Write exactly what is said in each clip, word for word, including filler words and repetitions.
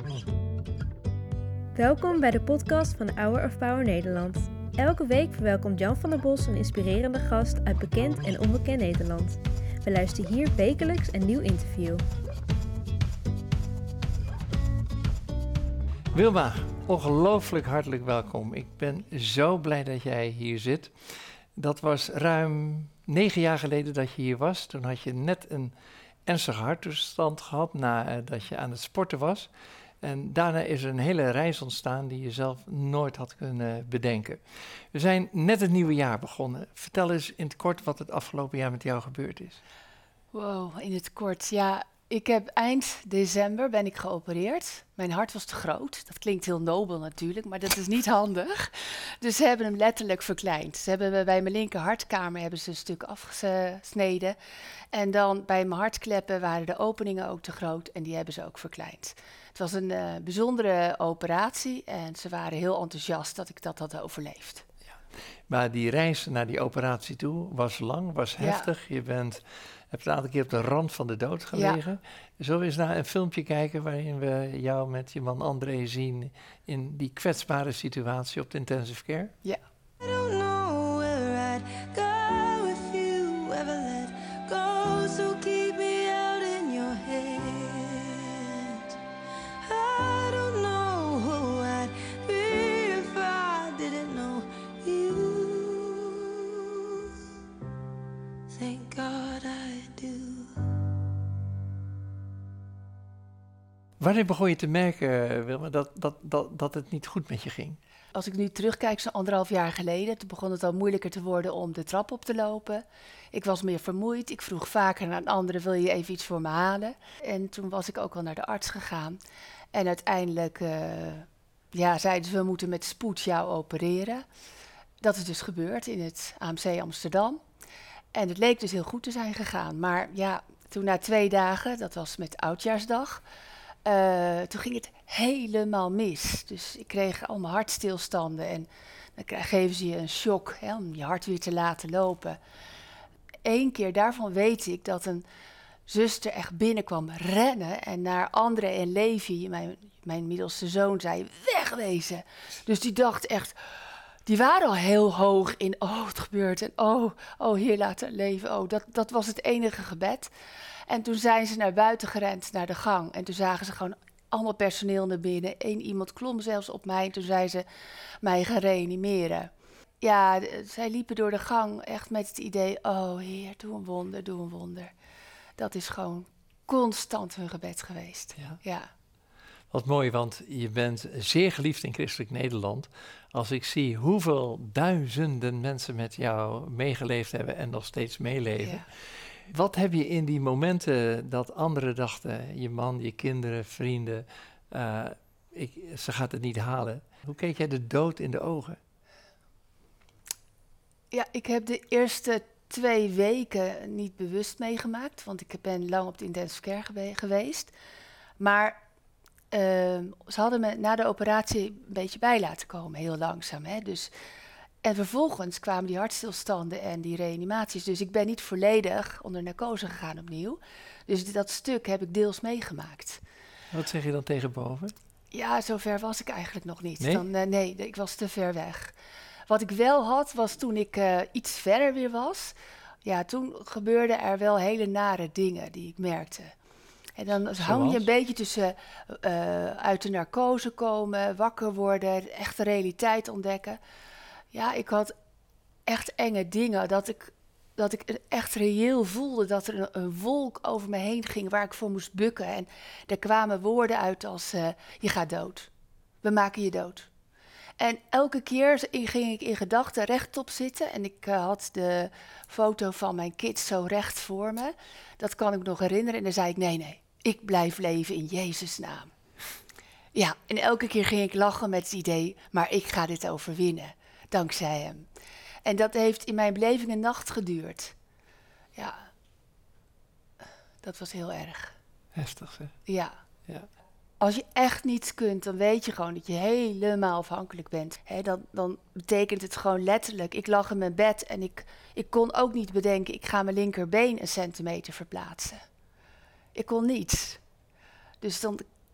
Welkom bij de podcast van Hour of Power Nederland. Elke week verwelkomt Jan van der Bos een inspirerende gast uit bekend en onbekend Nederland. We luisteren hier wekelijks een nieuw interview. Wilma, ongelooflijk hartelijk welkom. Ik ben zo blij dat jij hier zit. Dat was ruim negen jaar geleden dat je hier was. Toen had je net een ernstige harttoestand gehad nadat je aan het sporten was. En daarna is er een hele reis ontstaan die je zelf nooit had kunnen bedenken. We zijn net het nieuwe jaar begonnen. Vertel eens in het kort wat het afgelopen jaar met jou gebeurd is. Wow, in het kort. Ja, ik heb eind december ben ik geopereerd. Mijn hart was te groot. Dat klinkt heel nobel natuurlijk, maar dat is niet handig. Dus ze hebben hem letterlijk verkleind. Ze hebben bij mijn linker hartkamer hebben ze een stuk afgesneden. En dan bij mijn hartkleppen waren de openingen ook te groot en die hebben ze ook verkleind. Het was een uh, bijzondere operatie en ze waren heel enthousiast dat ik dat had overleefd. Ja. Maar die reis naar die operatie toe was lang, was heftig. Ja. Je bent, hebt een aantal keer op de rand van de dood gelegen. Ja. Zullen we eens naar een filmpje kijken waarin we jou met je man André zien in die kwetsbare situatie op de intensive care? Ja. I don't know where I'd go if you ever let go, so keep me out in your head. I don't know who I'd be if I didn't know you. Thank God I do. Wanneer begon je te merken, Wilma, dat, dat, dat, dat het niet goed met je ging? Als ik nu terugkijk, zo'n anderhalf jaar geleden, toen begon het al moeilijker te worden om de trap op te lopen. Ik was meer vermoeid. Ik vroeg vaker aan anderen, wil je even iets voor me halen? En toen was ik ook al naar de arts gegaan. En uiteindelijk uh, ja, zeiden ze, we moeten met spoed jou opereren. Dat is dus gebeurd in het A M C Amsterdam. En het leek dus heel goed te zijn gegaan. Maar ja, toen na twee dagen, dat was met Oudjaarsdag, Uh, toen ging het helemaal mis. Dus ik kreeg allemaal hartstilstanden en dan krijg, geven ze je een shock, hè, om je hart weer te laten lopen. Eén keer daarvan weet ik dat een zuster echt binnenkwam rennen en naar André en Levi, mijn, mijn middelste zoon, zei wegwezen. Dus die dacht echt, die waren al heel hoog in, oh het gebeurt en oh, oh hier laten leven. Oh, dat, dat was het enige gebed. En toen zijn ze naar buiten gerend, naar de gang. En toen zagen ze gewoon allemaal personeel naar binnen. Eén iemand klom zelfs op mij en toen zei ze mij gaan reanimeren. Ja, d- zij liepen door de gang echt met het idee, oh Heer, doe een wonder, doe een wonder. Dat is gewoon constant hun gebed geweest. Ja. Ja. Wat mooi, want je bent zeer geliefd in christelijk Nederland. Als ik zie hoeveel duizenden mensen met jou meegeleefd hebben en nog steeds meeleven. Ja. Wat heb je in die momenten dat anderen dachten, je man, je kinderen, vrienden, uh, ik, ze gaat het niet halen. Hoe keek jij de dood in de ogen? Ja, ik heb de eerste twee weken niet bewust meegemaakt, want ik ben lang op de intensive care gewe- geweest. Maar uh, ze hadden me na de operatie een beetje bij laten komen, heel langzaam. Hè? Dus, en vervolgens kwamen die hartstilstanden en die reanimaties. Dus ik ben niet volledig onder narcose gegaan opnieuw. Dus dat stuk heb ik deels meegemaakt. Wat zeg je dan tegen boven? Ja, zover was ik eigenlijk nog niet. Nee? Dan, uh, nee, ik was te ver weg. Wat ik wel had, was toen ik uh, iets verder weer was. Ja, toen gebeurden er wel hele nare dingen die ik merkte. En dan Zoals? hang je een beetje tussen uh, uit de narcose komen, wakker worden, echt de realiteit ontdekken. Ja, ik had echt enge dingen. Dat ik, dat ik echt reëel voelde dat er een, een wolk over me heen ging waar ik voor moest bukken. En er kwamen woorden uit als, uh, je gaat dood. We maken je dood. En elke keer ging ik in gedachten rechtop zitten. En ik uh, had de foto van mijn kids zo recht voor me. Dat kan ik me nog herinneren. En dan zei ik, nee, nee, ik blijf leven in Jezus' naam. Ja, en elke keer ging ik lachen met het idee, maar ik ga dit overwinnen. Dankzij hem. En dat heeft in mijn beleving een nacht geduurd. Ja, dat was heel erg. Heftig, hè? Ja. Ja. Als je echt niets kunt, dan weet je gewoon dat je helemaal afhankelijk bent. He, dan, dan betekent het gewoon letterlijk. Ik lag in mijn bed en ik, ik kon ook niet bedenken, ik ga mijn linkerbeen een centimeter verplaatsen. Ik kon niets. Dus dan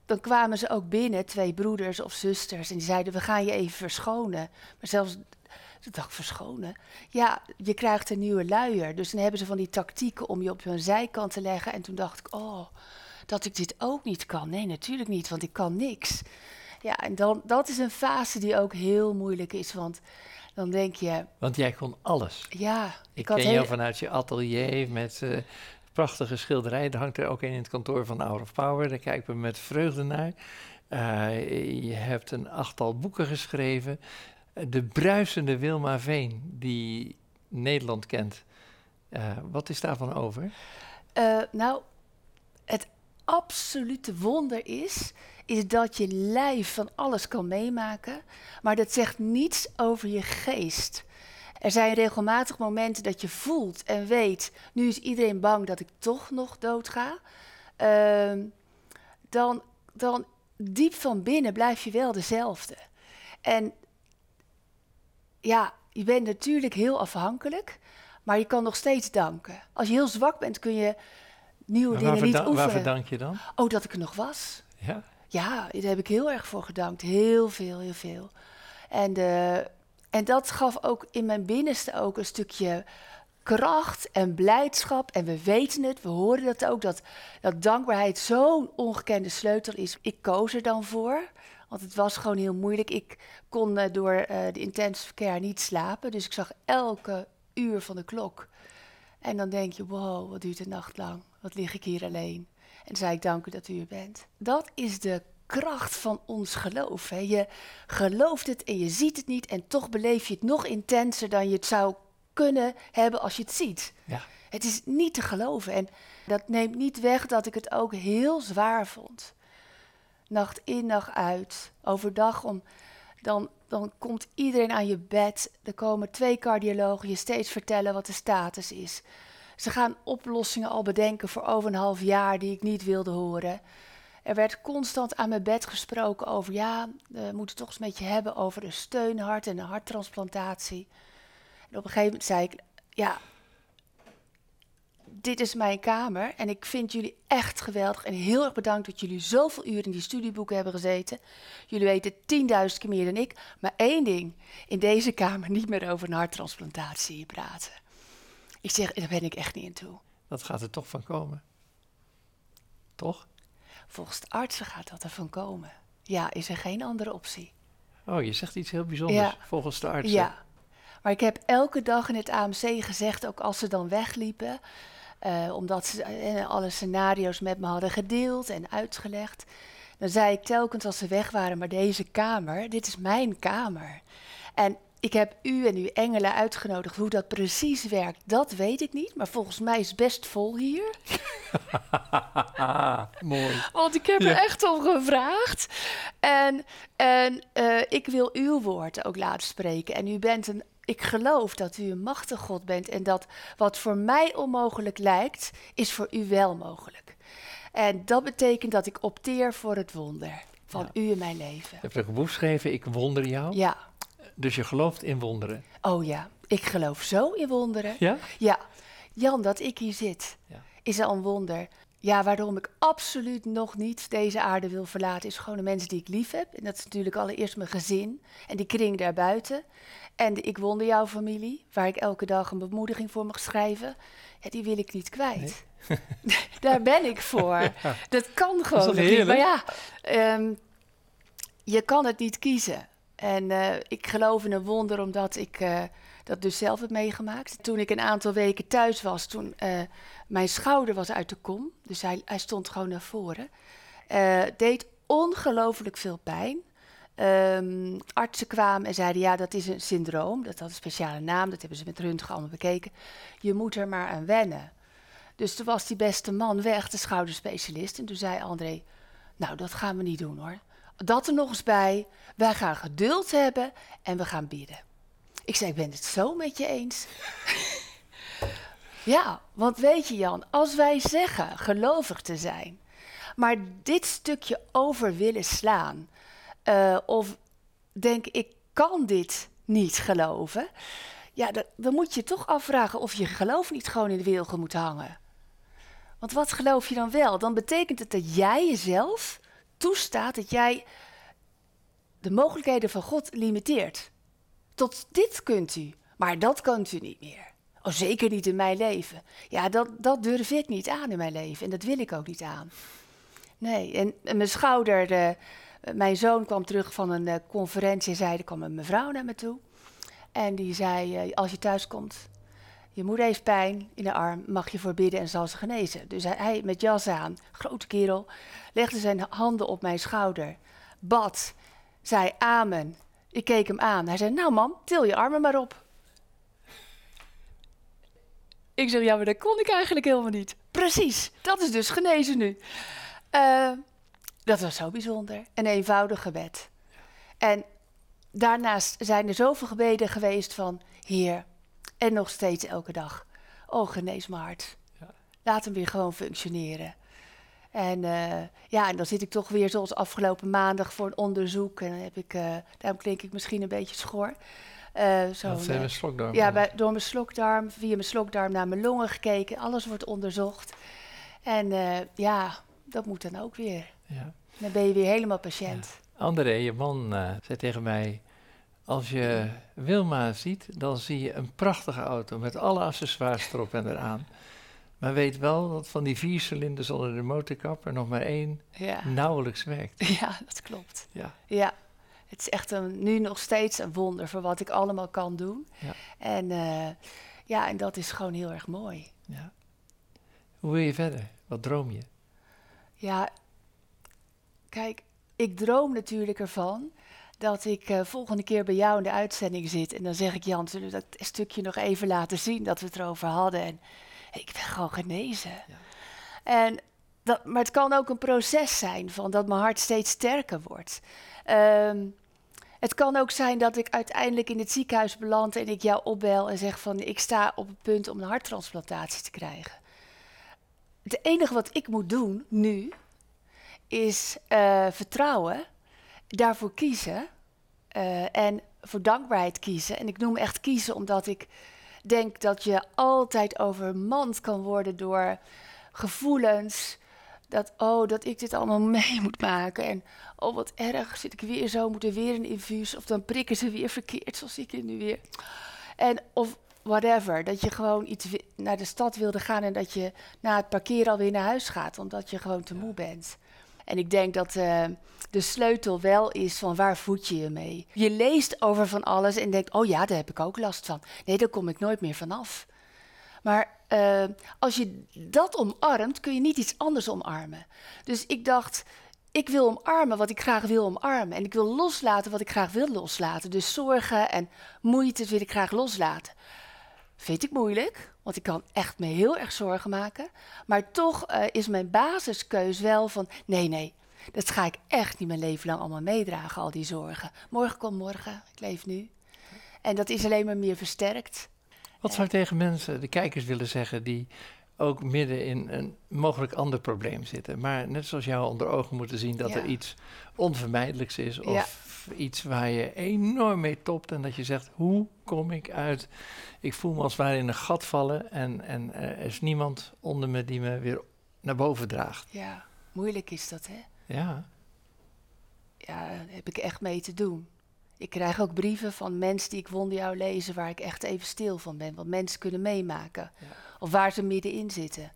dan kwamen ze ook binnen, twee broeders of zusters, en die zeiden, we gaan je even verschonen. Maar zelfs, ik dacht, verschonen? Ja, je krijgt een nieuwe luier. Dus dan hebben ze van die tactieken om je op hun zijkant te leggen. En toen dacht ik, oh, dat ik dit ook niet kan. Nee, natuurlijk niet, want ik kan niks. Ja, en dan, dat is een fase die ook heel moeilijk is, want dan denk je... Want jij kon alles. Ja. Ik, ik had ken heel... jou vanuit je atelier met uh, prachtige schilderijen. Er hangt er ook een in het kantoor van Hour of Power. Daar kijken we met vreugde naar. Uh, je hebt een achttal boeken geschreven. De bruisende Wilma Veen, die Nederland kent. Uh, wat is daarvan over? Uh, nou, het absolute wonder is... is dat je lijf van alles kan meemaken, maar dat zegt niets over je geest. Er zijn regelmatig momenten dat je voelt en weet, nu is iedereen bang dat ik toch nog doodga. Uh, dan, dan diep van binnen blijf je wel dezelfde. En ja, je bent natuurlijk heel afhankelijk, maar je kan nog steeds danken. Als je heel zwak bent, kun je nieuwe maar dingen niet verda- oefenen. Waarvoor dank je dan? Oh, dat ik er nog was. Ja? Ja, daar heb ik heel erg voor gedankt. Heel veel, heel veel. En, uh, en dat gaf ook in mijn binnenste ook een stukje kracht en blijdschap. En we weten het, we horen dat ook, dat, dat dankbaarheid zo'n ongekende sleutel is. Ik koos er dan voor, want het was gewoon heel moeilijk. Ik kon uh, door uh, de intensive care niet slapen, dus ik zag elke uur van de klok. En dan denk je, wow, wat duurt de nacht lang? Wat lig ik hier alleen? En zei ik, dank u dat u er bent. Dat is de kracht van ons geloof. Hè. Je gelooft het en je ziet het niet en toch beleef je het nog intenser dan je het zou kunnen hebben als je het ziet. Ja. Het is niet te geloven en dat neemt niet weg dat ik het ook heel zwaar vond. Nacht in, nacht uit, overdag om... Dan, dan komt iedereen aan je bed. Er komen twee cardiologen je steeds vertellen wat de status is. Ze gaan oplossingen al bedenken voor over een half jaar die ik niet wilde horen. Er werd constant aan mijn bed gesproken over... ja, we moeten toch eens met je hebben over een steunhart en een harttransplantatie. En op een gegeven moment zei ik... ja, dit is mijn kamer en ik vind jullie echt geweldig. En heel erg bedankt dat jullie zoveel uren in die studieboeken hebben gezeten. Jullie weten tienduizend keer meer dan ik. Maar één ding, in deze kamer niet meer over een harttransplantatie praten. Ik zeg, daar ben ik echt niet in toe. Dat gaat er toch van komen. Toch? Volgens de artsen gaat dat ervan komen. Ja, is er geen andere optie. Oh, je zegt iets heel bijzonders, Ja. volgens de artsen. Ja, maar ik heb elke dag in het A M C gezegd, ook als ze dan wegliepen... Uh, omdat ze uh, alle scenario's met me hadden gedeeld en uitgelegd... dan zei ik telkens als ze weg waren, maar deze kamer, dit is mijn kamer. En ik heb u en uw engelen uitgenodigd. Hoe dat precies werkt, dat weet ik niet. Maar volgens mij is het best vol hier. Mooi. Want ik heb Ja. er echt om gevraagd. En, en uh, ik wil uw woord ook laten spreken. En u bent een... Ik geloof dat u een machtig God bent. En dat wat voor mij onmogelijk lijkt, is voor u wel mogelijk. En dat betekent dat ik opteer voor het wonder van Ja. u in mijn leven. Je hebt een boek geschreven, Ik wonder jou. Ja. Dus je gelooft in wonderen. Oh ja, ik geloof zo in wonderen. Ja? Ja, Jan, dat ik hier zit, Ja. is al een wonder. Ja, waarom ik absoluut nog niet deze aarde wil verlaten, is gewoon de mensen die ik lief heb. En dat is natuurlijk allereerst mijn gezin en die kring daarbuiten. En de Ik Wonder Jou familie, waar ik elke dag een bemoediging voor mag schrijven. Ja, die wil ik niet kwijt. Nee. Daar ben ik voor. Ja. Dat kan gewoon dat nog niet. niet. Maar ja, um, je kan het niet kiezen. En uh, ik geloof in een wonder omdat ik uh, dat dus zelf heb meegemaakt. Toen ik een aantal weken thuis was, toen uh, mijn schouder was uit de kom. Dus hij, hij stond gewoon naar voren. Uh, deed ongelooflijk veel pijn. Um, artsen kwamen en zeiden, ja, dat is een syndroom. Dat had een speciale naam, dat hebben ze met röntgen allemaal bekeken. Je moet er maar aan wennen. Dus toen was die beste man weg, de schouderspecialist. En toen zei André, nou, dat gaan we niet doen hoor. Dat er nog eens bij, wij gaan geduld hebben en we gaan bidden. Ik zei, ik ben het zo met je eens. Ja, want weet je Jan, als wij zeggen gelovig te zijn, maar dit stukje over willen slaan, uh, of denk ik kan dit niet geloven, ja, dan, dan moet je toch afvragen of je geloof niet gewoon in de wilgen moet hangen. Want wat geloof je dan wel? Dan betekent het dat jij jezelf toestaat dat jij de mogelijkheden van God limiteert. Tot dit kunt u, maar dat kunt u niet meer. Oh, zeker niet in mijn leven. Ja, dat, dat durf ik niet aan in mijn leven en dat wil ik ook niet aan. Nee, en, en mijn schouder, de, mijn zoon kwam terug van een uh, conferentie en zei, er kwam een mevrouw naar me toe. En die zei, uh, als je thuis komt, je moeder heeft pijn in de arm, mag je voor bidden en zal ze genezen. Dus hij, hij met jas aan, grote kerel, legde zijn handen op mijn schouder, bad, zei amen. Ik keek hem aan. Hij zei, nou man, til je armen maar op. Ik zeg, ja, maar dat kon ik eigenlijk helemaal niet. Precies, dat is dus genezen nu. Uh, dat was zo bijzonder. Een eenvoudig gebed. En daarnaast zijn er zoveel gebeden geweest van, Heer, en nog steeds elke dag. Oh, genees mijn hart. Ja. Laat hem weer gewoon functioneren. En uh, ja, en dan zit ik toch weer zoals afgelopen maandag voor een onderzoek. En dan heb ik, uh, daarom klink ik misschien een beetje schor. Uh, zo dat zijn mijn slokdarm. Ja, bij, door mijn slokdarm, via mijn slokdarm naar mijn longen gekeken. Alles wordt onderzocht. En uh, ja, dat moet dan ook weer. Ja. Dan ben je weer helemaal patiënt. Ja. André, je man, uh, zei tegen mij, als je Wilma ziet, dan zie je een prachtige auto met alle accessoires erop en eraan. Maar weet wel dat van die vier cilinders onder de motorkap er nog maar één ja. nauwelijks werkt. Ja, dat klopt. Ja. ja. Het is echt een, nu nog steeds een wonder voor wat ik allemaal kan doen. Ja. En, uh, ja, en dat is gewoon heel erg mooi. Ja. Hoe wil je verder? Wat droom je? Ja, kijk, ik droom natuurlijk ervan dat ik uh, volgende keer bij jou in de uitzending zit. En dan zeg ik, Jan, zullen we dat stukje nog even laten zien dat we het erover hadden? En ik ben gewoon genezen. Ja. En dat, maar het kan ook een proces zijn van dat mijn hart steeds sterker wordt. Um, het kan ook zijn dat ik uiteindelijk in het ziekenhuis beland en ik jou opbel en zeg van ik sta op het punt om een harttransplantatie te krijgen. Het enige wat ik moet doen nu is uh, vertrouwen, daarvoor kiezen uh, en voor dankbaarheid kiezen. En ik noem echt kiezen omdat ik denk dat je altijd overmand kan worden door gevoelens. Dat, oh, dat ik dit allemaal mee moet maken. En oh, wat erg, zit ik weer zo, moet er weer een infuus. Of dan prikken ze weer verkeerd, zoals ik het nu weer. En of whatever, dat je gewoon iets naar de stad wilde gaan en dat je na het parkeren alweer naar huis gaat, omdat je gewoon te moe bent. En ik denk dat uh, de sleutel wel is van waar voed je je mee. Je leest over van alles en denkt, oh ja, daar heb ik ook last van. Nee, daar kom ik nooit meer vanaf. Maar uh, als je dat omarmt, kun je niet iets anders omarmen. Dus ik dacht, ik wil omarmen wat ik graag wil omarmen. En ik wil loslaten wat ik graag wil loslaten. Dus zorgen en moeite wil ik graag loslaten. Vind ik moeilijk, want ik kan echt me heel erg zorgen maken. Maar toch uh, is mijn basiskeus wel van, nee, nee, dat ga ik echt niet mijn leven lang allemaal meedragen, al die zorgen. Morgen komt morgen, ik leef nu. En dat is alleen maar meer versterkt. Wat zou je tegen mensen, de kijkers willen zeggen, die ook midden in een mogelijk ander probleem zitten, maar net zoals jou onder ogen moeten zien dat ja. er iets onvermijdelijks is of ja. iets waar je enorm mee topt en dat je zegt, hoe kom ik uit? Ik voel me als het ware in een gat vallen en, en er is niemand onder me die me weer naar boven draagt. Ja, moeilijk is dat, hè? Ja. Ja, daar heb ik echt mee te doen. Ik krijg ook brieven van mensen die ik wonder jou lezen waar ik echt even stil van ben. Wat mensen kunnen meemaken. Ja. Of waar ze middenin zitten.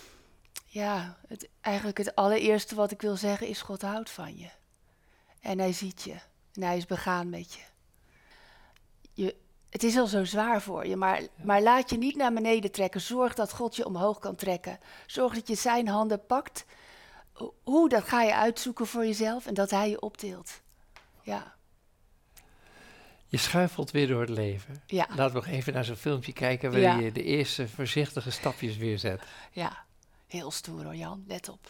Ja, het, eigenlijk het allereerste wat ik wil zeggen is God houdt van je. En hij ziet je. En hij is begaan met je. je het is al zo zwaar voor je, maar, ja. maar laat je niet naar beneden trekken. Zorg dat God je omhoog kan trekken. Zorg dat je zijn handen pakt. Hoe, dat ga je uitzoeken voor jezelf en dat hij je optilt. Ja. Je schuifelt weer door het leven. Ja. Laten we nog even naar zo'n filmpje kijken waar ja. je de eerste voorzichtige stapjes weer zet. Ja, heel stoer hoor Jan, let op.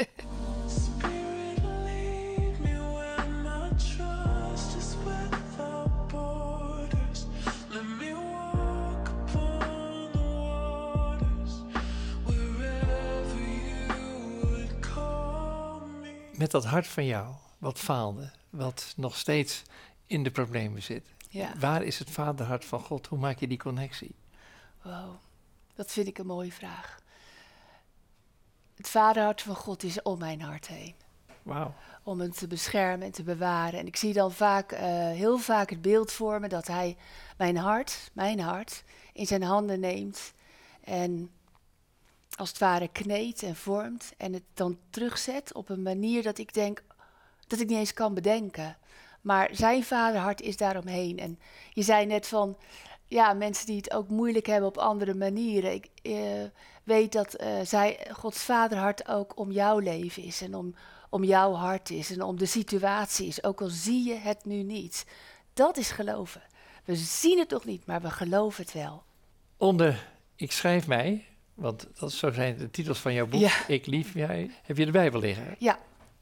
Met dat hart van jou, wat faalde, wat nog steeds in de problemen zit. Ja. Waar is het vaderhart van God? Hoe maak je die connectie? Wow, dat vind ik een mooie vraag. Het vaderhart van God is om mijn hart heen. Wauw. Om hem te beschermen en te bewaren. En ik zie dan vaak, uh, heel vaak het beeld voor me dat hij mijn hart, mijn hart, in zijn handen neemt. En als het ware kneedt en vormt. En het dan terugzet op een manier dat ik denk, dat ik niet eens kan bedenken. Maar zijn vaderhart is daaromheen. En je zei net van, ja, mensen die het ook moeilijk hebben op andere manieren. Ik uh, weet dat uh, zij, Gods vaderhart ook om jouw leven is en om, om jouw hart is en om de situatie is. Ook al zie je het nu niet. Dat is geloven. We zien het nog niet, maar we geloven het wel. Onder Ik schrijf mij, want dat, zo zijn de titels van jouw boek, Ja. Ik lief jij, heb je de Bijbel liggen. Ja,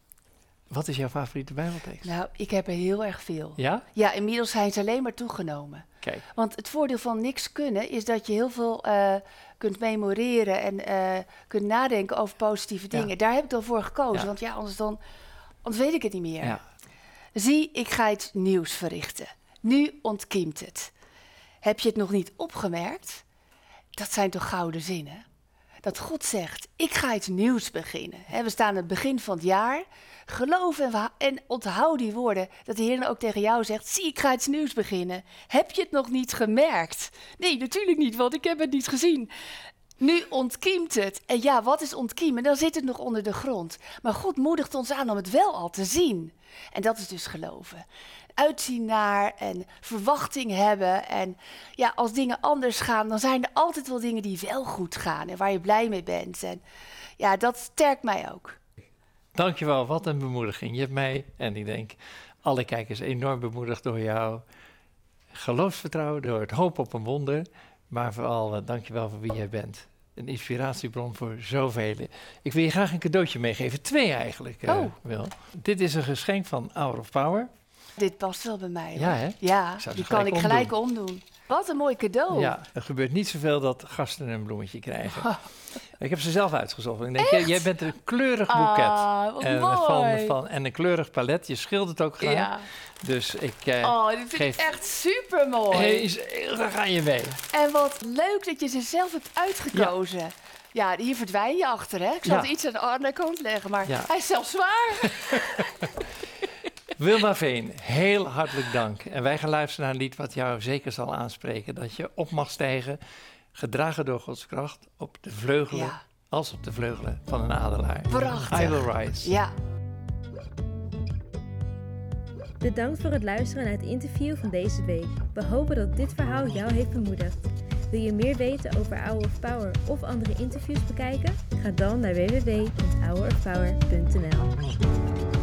Wat is jouw favoriete Bijbeltekst? nou, ik heb er heel erg veel. Ja? Ja, inmiddels zijn ze alleen maar toegenomen. Kijk. Want het voordeel van niks kunnen is dat je heel veel uh, kunt memoreren en uh, kunt nadenken over positieve dingen. Ja. Daar heb ik dan voor gekozen, Ja. want ja, anders, dan, anders weet ik het niet meer. Ja. Zie, ik ga iets nieuws verrichten. Nu ontkiemt het. Heb je het nog niet opgemerkt? Dat zijn toch gouden zinnen? Dat God zegt, ik ga iets nieuws beginnen. He, we staan aan het begin van het jaar. Geloof en, wa- en onthoud die woorden. Dat de Heer dan ook tegen jou zegt, zie, ik ga iets nieuws beginnen. Heb je het nog niet gemerkt? Nee, natuurlijk niet, want ik heb het niet gezien. Nu ontkiemt het. En ja, wat is ontkiemen? Dan zit het nog onder de grond. Maar God moedigt ons aan om het wel al te zien. En dat is dus geloven. Uitzien naar en verwachting hebben. En ja, als dingen anders gaan, dan zijn er altijd wel dingen die wel goed gaan. En waar je blij mee bent. En ja, dat sterkt mij ook. Dankjewel, wat een bemoediging. Je hebt mij, en ik denk alle kijkers, enorm bemoedigd door jouw geloofsvertrouwen, door het hoop op een wonder. Maar vooral, uh, dankjewel voor wie jij bent. Een inspiratiebron voor zoveel. Ik wil je graag een cadeautje meegeven. Twee eigenlijk, uh, Oh. Wil. Dit is een geschenk van Hour of Power. Dit past wel bij mij. Ja, hoor. hè? Ja, Ik zou die ze kan ik gelijk gelijk omdoen. Wat een mooi cadeau. Ja, er gebeurt niet zoveel dat gasten een bloemetje krijgen. Oh. Ik heb ze zelf uitgezocht. Ik denk, jij, jij bent een kleurig boeket. Ah, wat en, mooi. van, van, en een kleurig palet. Je schildert ook graag. Ja. Dus ik uh, Oh, dit vind geef ik echt super mooi. Hey, heel graag aan je mee. En wat leuk dat je ze zelf hebt uitgekozen. Ja, hier verdwijn je achter, hè? Ik zal Ja. het iets aan de andere kant leggen, maar Ja. hij is zelfs zwaar. Wilma Veen, heel hartelijk dank. En wij gaan luisteren naar een lied wat jou zeker zal aanspreken. Dat je op mag stijgen, gedragen door Gods kracht, op de vleugelen, Ja. als op de vleugelen van een adelaar. Prachtig. I will rise. Ja. Bedankt voor het luisteren naar het interview van deze week. We hopen dat dit verhaal jou heeft bemoedigd. Wil je meer weten over Hour of Power of andere interviews bekijken? Ga dan naar w w w punt hour of power punt n l.